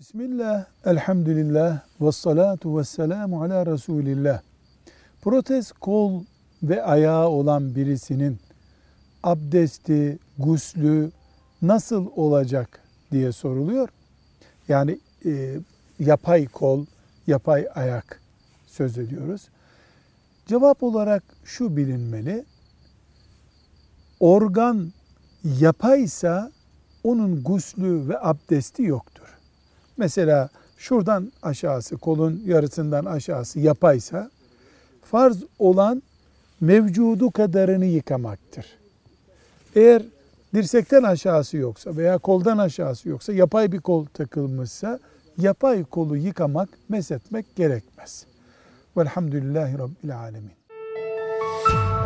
Bismillah, elhamdülillah, ve salatu ve selamu ala Resulillah. Protez kol ve ayağı olan birisinin abdesti, guslü nasıl olacak diye soruluyor. Yani yapay kol, yapay ayak söz ediyoruz. Cevap olarak şu bilinmeli: organ yapaysa onun guslü ve abdesti yoktur. Mesela şuradan aşağısı, kolun yarısından aşağısı yapaysa, farz olan mevcudu kadarını yıkamaktır. Eğer dirsekten aşağısı yoksa veya koldan aşağısı yoksa, yapay bir kol takılmışsa, yapay kolu yıkamak, meshetmek gerekmez. Velhamdülillahi Rabbil alemin.